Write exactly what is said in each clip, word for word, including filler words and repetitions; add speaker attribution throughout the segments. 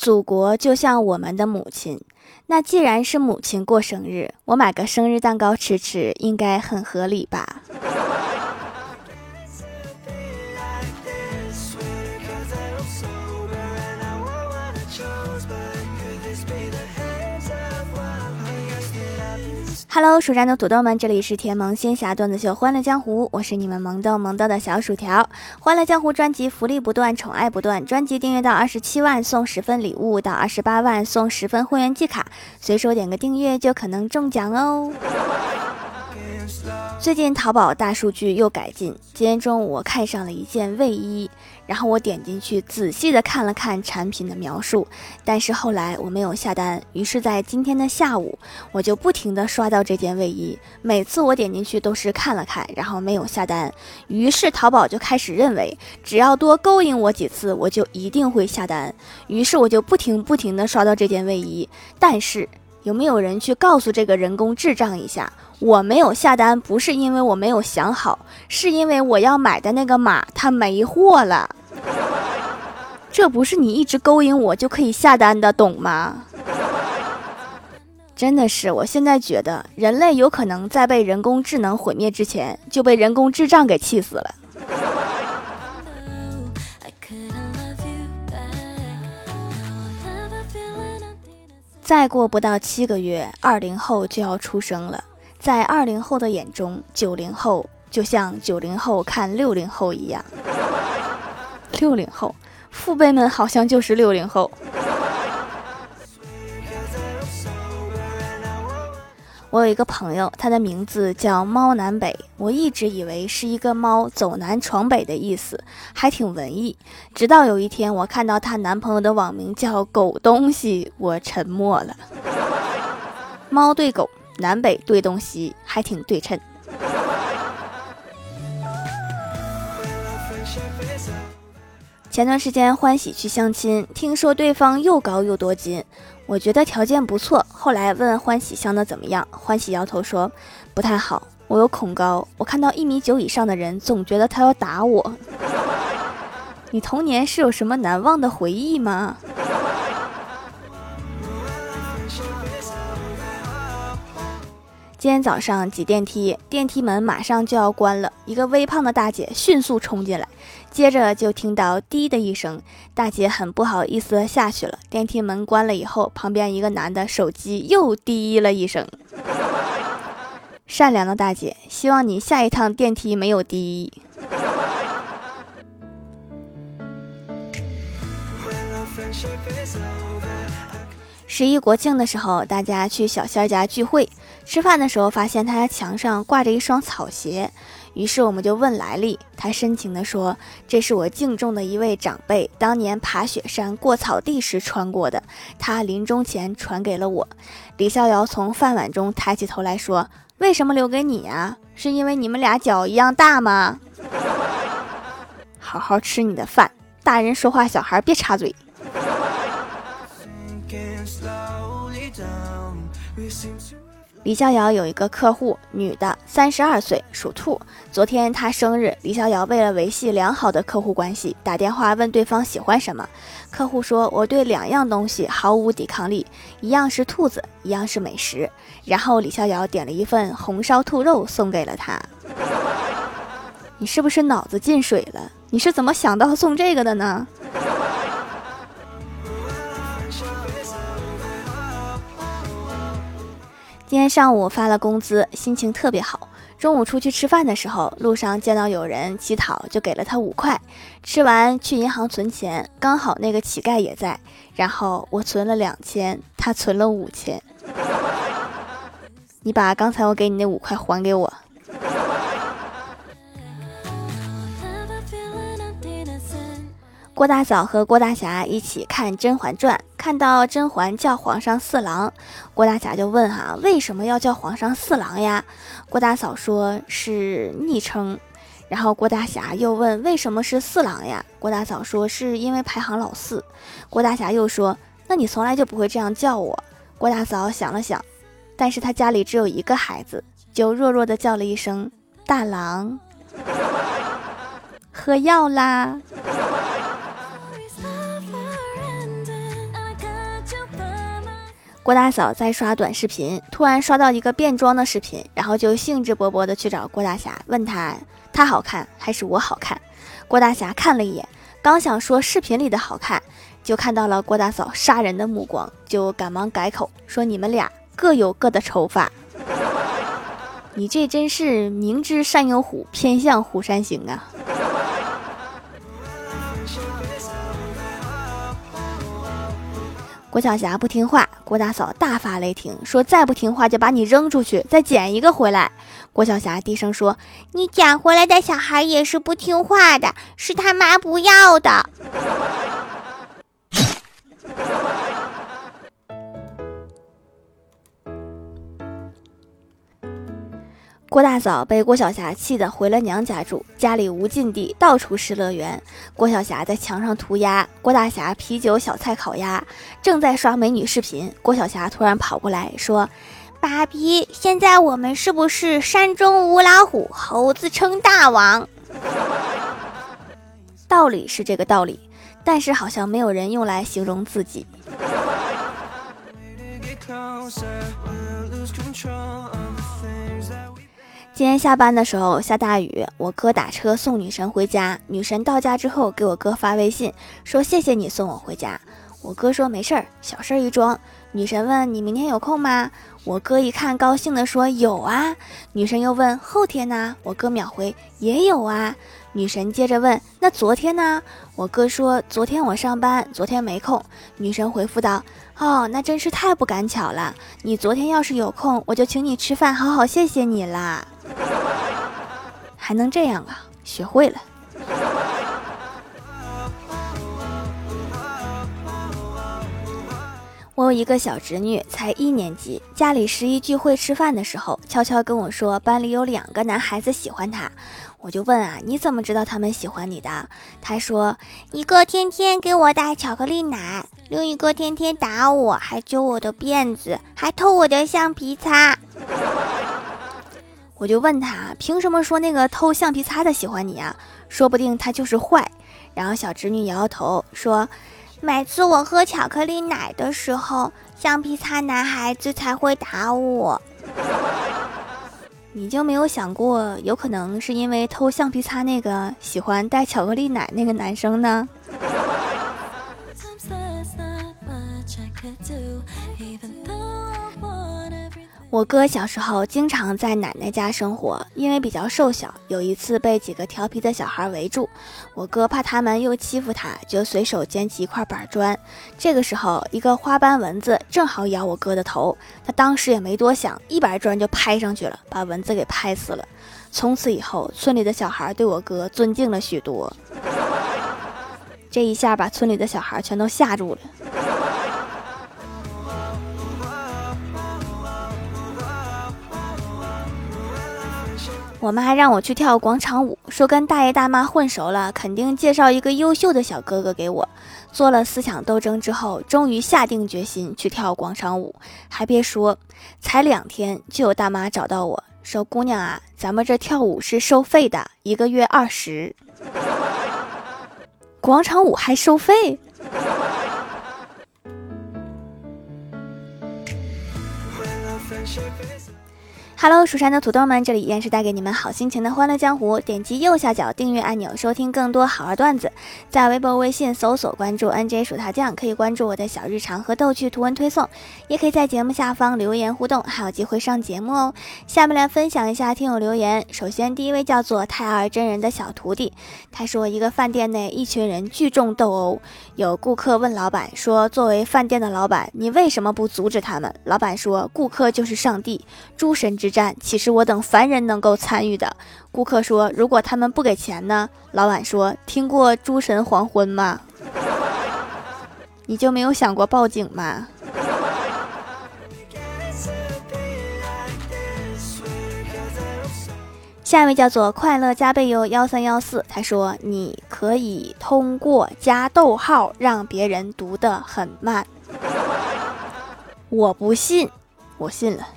Speaker 1: 祖国就像我们的母亲，那既然是母亲过生日，我买个生日蛋糕吃吃，应该很合理吧？Hello， 蜀山的土豆们，这里是甜萌仙侠段子秀欢乐江湖，我是你们萌豆萌豆的小薯条。欢乐江湖专辑福利不断，宠爱不断，专辑订阅到二十七万送十份礼物，到二十八万送十份会员季卡，随手点个订阅就可能中奖哦。最近淘宝大数据又改进，今天中午我看上了一件卫衣，然后我点进去仔细的看了看产品的描述，但是后来我没有下单，于是在今天的下午我就不停的刷到这件卫衣，每次我点进去都是看了看，然后没有下单，于是淘宝就开始认为只要多勾引我几次我就一定会下单，于是我就不停不停的刷到这件卫衣，但是有没有人去告诉这个人工智障一下，我没有下单不是因为我没有想好，是因为我要买的那个码它没货了。这不是你一直勾引我就可以下单的，懂吗？真的是，我现在觉得人类有可能在被人工智能毁灭之前就被人工智障给气死了。再过不到七个月，二零后就要出生了。在二零后的眼中，九零后就像九零后看六零后一样。六零后，父辈们好像就是六零后。我有一个朋友，他的名字叫猫南北，我一直以为是一个猫走南闯北的意思，还挺文艺。直到有一天我看到她男朋友的网名叫狗东西，我沉默了。猫对狗，南北对东西，还挺对称。前段时间欢喜去相亲，听说对方又高又多金，我觉得条件不错，后来问欢喜相的怎么样，欢喜摇头说不太好，我有恐高，我看到一米九以上的人总觉得他要打我。你童年是有什么难忘的回忆吗？今天早上挤电梯，电梯门马上就要关了，一个微胖的大姐迅速冲进来，接着就听到滴的一声，大姐很不好意思的下去了。电梯门关了以后，旁边一个男的手机又滴了一声。善良的大姐，希望你下一趟电梯没有滴。十一国庆的时候，大家去小仙儿家聚会，吃饭的时候发现他家墙上挂着一双草鞋，于是我们就问来历，他深情地说这是我敬重的一位长辈当年爬雪山过草地时穿过的，他临终前传给了我。李逍遥从饭碗中抬起头来说，为什么留给你啊？是因为你们俩脚一样大吗？好好吃你的饭，大人说话小孩别插嘴。李逍遥有一个客户，女的，三十二岁，属兔。昨天她生日，李逍遥为了维系良好的客户关系，打电话问对方喜欢什么。客户说，我对两样东西毫无抵抗力，一样是兔子，一样是美食。然后李逍遥点了一份红烧兔肉送给了他。你是不是脑子进水了？你是怎么想到送这个的呢？今天上午发了工资，心情特别好。中午出去吃饭的时候，路上见到有人乞讨，就给了他五块。吃完去银行存钱，刚好那个乞丐也在，然后我存了两千，他存了五千。你把刚才我给你那五块还给我。郭大嫂和郭大侠一起看《甄嬛传》，看到甄嬛叫皇上四郎，郭大侠就问哈、啊，为什么要叫皇上四郎呀？郭大嫂说是昵称。然后郭大侠又问为什么是四郎呀？郭大嫂说是因为排行老四。郭大侠又说那你从来就不会这样叫我。郭大嫂想了想，但是他家里只有一个孩子，就弱弱的叫了一声大郎。喝药啦。 郭大嫂在刷短视频，突然刷到一个变装的视频，然后就兴致勃勃地去找郭大侠，问他他好看还是我好看。郭大侠看了一眼，刚想说视频里的好看，就看到了郭大嫂杀人的目光，就赶忙改口说你们俩各有各的丑法。你这真是明知山有虎，偏向虎山行啊。郭晓霞不听话，郭大嫂大发雷霆，说再不听话就把你扔出去，再捡一个回来。郭晓霞低声说，你捡回来的小孩也是不听话的，是他妈不要的。郭大嫂被郭晓霞气得回了娘家住，家里无禁地，到处是乐园。郭晓霞在墙上涂鸦，郭大侠啤酒小菜烤鸭，正在刷美女视频。郭晓霞突然跑过来说，爸比，现在我们是不是山中无老虎，猴子称大王？道理是这个道理，但是好像没有人用来形容自己。今天下班的时候下大雨，我哥打车送女神回家，女神到家之后给我哥发微信说谢谢你送我回家。我哥说没事儿，小事一桩。女神问你明天有空吗？我哥一看高兴的说有啊。女神又问后天呢？我哥秒回也有啊。女神接着问那昨天呢？我哥说昨天我上班，昨天没空。女神回复道哦，那真是太不赶巧了，你昨天要是有空，我就请你吃饭，好好谢谢你啦。还能这样啊，学会了。我有一个小侄女，才一年级，家里十一聚会吃饭的时候，悄悄跟我说班里有两个男孩子喜欢她。我就问啊，你怎么知道他们喜欢你的？他说一个天天给我带巧克力奶，另一个天天打我，还揪我的辫子，还偷我的橡皮擦。我就问他凭什么说那个偷橡皮擦的喜欢你啊？说不定他就是坏。然后小侄女摇摇头说，每次我喝巧克力奶的时候，橡皮擦男孩子才会打我。你就没有想过有可能是因为偷橡皮擦那个喜欢带巧克力奶那个男生呢？我哥小时候经常在奶奶家生活，因为比较瘦小，有一次被几个调皮的小孩围住，我哥怕他们又欺负他，就随手捡起一块板砖。这个时候一个花斑蚊子正好咬我哥的头，他当时也没多想，一板砖就拍上去了，把蚊子给拍死了。从此以后村里的小孩对我哥尊敬了许多。这一下把村里的小孩全都吓住了。我妈让我去跳广场舞，说跟大爷大妈混熟了，肯定介绍一个优秀的小哥哥给我。做了思想斗争之后，终于下定决心去跳广场舞。还别说，才两天就有大妈找到我说，姑娘啊，咱们这跳舞是收费的，一个月二十。广场舞还收费？Hello， 蜀山的土豆们，这里依然是带给你们好心情的欢乐江湖。点击右下角订阅按钮，收听更多好玩段子。在微博、微信搜索关注 N J 薯条酱，可以关注我的小日常和逗趣图文推送，也可以在节目下方留言互动，还有机会上节目哦。下面来分享一下听友留言。首先，第一位叫做太二真人的小徒弟，他说一个饭店内一群人聚众斗殴，有顾客问老板说，作为饭店的老板，你为什么不阻止他们？老板说，顾客就是上帝，诸神之战岂是我等凡人能够参与的？顾客说，如果他们不给钱呢？老板说，听过诸神黄昏吗？你就没有想过报警吗？下一位叫做快乐加倍优幺三幺四，他说你可以通过加逗号让别人读得很慢。我不信，我信了。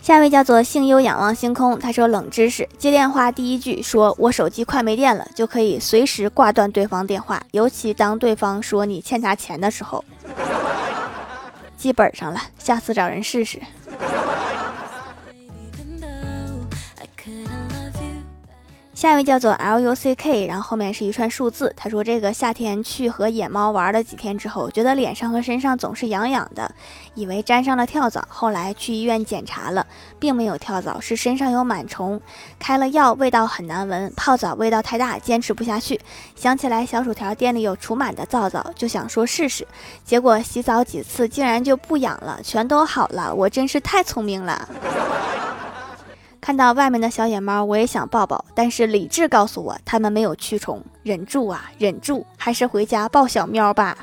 Speaker 1: 下一位叫做幸优仰望星空，他说冷知识，接电话第一句说我手机快没电了，就可以随时挂断对方电话，尤其当对方说你欠他钱的时候。记本上了，下次找人试试。下一位叫做 L U C K， 然后后面是一串数字。他说这个夏天去和野猫玩了几天之后，觉得脸上和身上总是痒痒的，以为沾上了跳蚤，后来去医院检查了，并没有跳蚤，是身上有螨虫，开了药，味道很难闻，泡澡味道太大，坚持不下去。想起来小薯条店里有除螨的皂皂，就想说试试，结果洗澡几次竟然就不痒了，全都好了，我真是太聪明了。看到外面的小野猫，我也想抱抱，但是理智告诉我，它们没有蛆虫。忍住啊，忍住，还是回家抱小喵吧。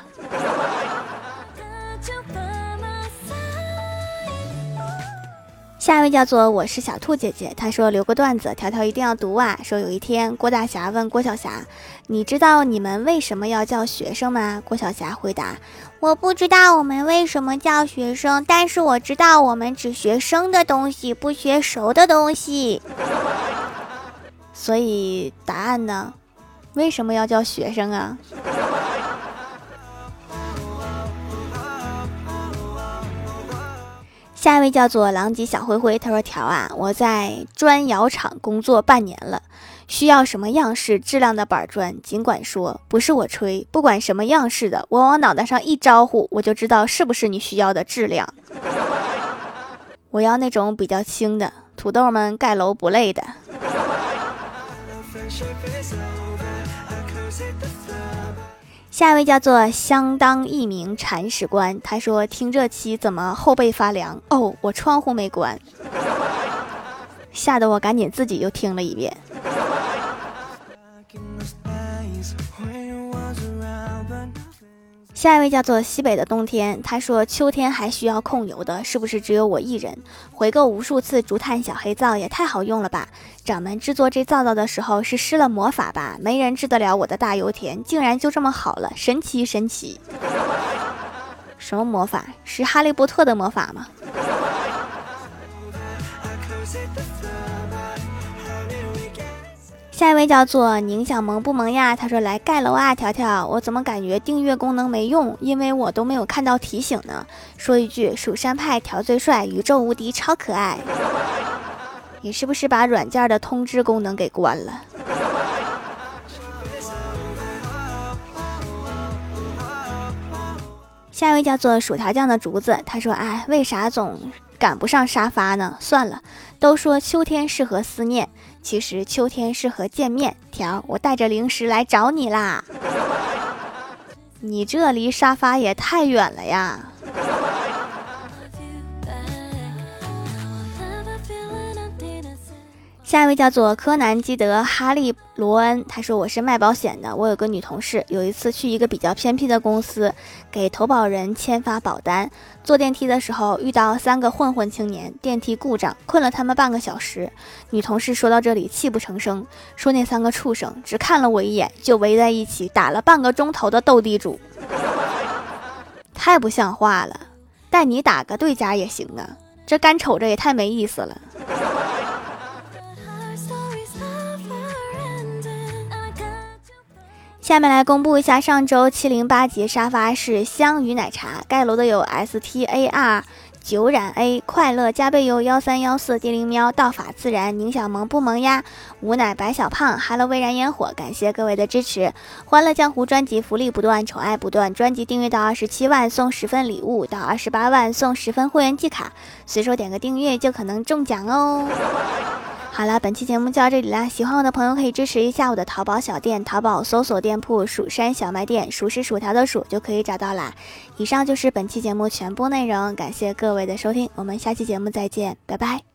Speaker 1: 下一位叫做我是小兔姐姐，她说留个段子，条条一定要读啊。说有一天郭大侠问郭晓霞，你知道你们为什么要叫学生吗？郭晓霞回答，我不知道我们为什么叫学生，但是我知道我们只学生的东西，不学熟的东西。所以答案呢？为什么要叫学生啊？下一位叫做狼藉小灰灰，他说条啊，我在砖窑厂工作半年了，需要什么样式质量的板砖，尽管说，不是我吹，不管什么样式的，我往脑袋上一招呼，我就知道是不是你需要的质量。我要那种比较轻的，土豆们盖楼不累的。下一位叫做相当一名铲屎官，他说听这期怎么后背发凉哦，我窗户没关，吓得我赶紧自己又听了一遍。下一位叫做西北的冬天，他说秋天还需要控油的，是不是只有我一人？回购无数次竹炭小黑皂也太好用了吧，掌门制作这皂皂的时候是施了魔法吧，没人治得了我的大油田，竟然就这么好了，神奇神奇。什么魔法？是哈利波特的魔法吗？下一位叫做宁想萌不萌呀，他说来盖楼啊条条，我怎么感觉订阅功能没用，因为我都没有看到提醒呢。说一句蜀山派条最帅，宇宙无敌超可爱。你是不是把软件的通知功能给关了？下一位叫做薯条酱的竹子，他说哎，为啥总赶不上沙发呢？算了，都说秋天适合思念，其实秋天适合见面。条，我带着零食来找你啦。你这离沙发也太远了呀。下一位叫做柯南基德哈利罗恩，他说我是卖保险的，我有个女同事，有一次去一个比较偏僻的公司给投保人签发保单，坐电梯的时候遇到三个混混青年，电梯故障困了他们半个小时。女同事说到这里泣不成声，说那三个畜生只看了我一眼就围在一起打了半个钟头的斗地主，太不像话了，带你打个对家也行啊，这干瞅着也太没意思了。下面来公布一下上周七零八级沙发是香芋奶茶，盖楼的有 S T A R 九染 A 快乐加倍油幺三幺四地灵喵道法自然宁小萌不萌呀无奶白小胖哈喽微燃烟火，感谢各位的支持。欢乐江湖专辑福利不断，宠爱不断，专辑订阅到二十七万送十份礼物，到二十八万送十份会员季卡，随手点个订阅就可能中奖哦。好了，本期节目就到这里啦！喜欢我的朋友可以支持一下我的淘宝小店，淘宝搜索店铺蜀山小卖店，蜀是薯条的蜀就可以找到啦。以上就是本期节目全部内容，感谢各位的收听，我们下期节目再见，拜拜。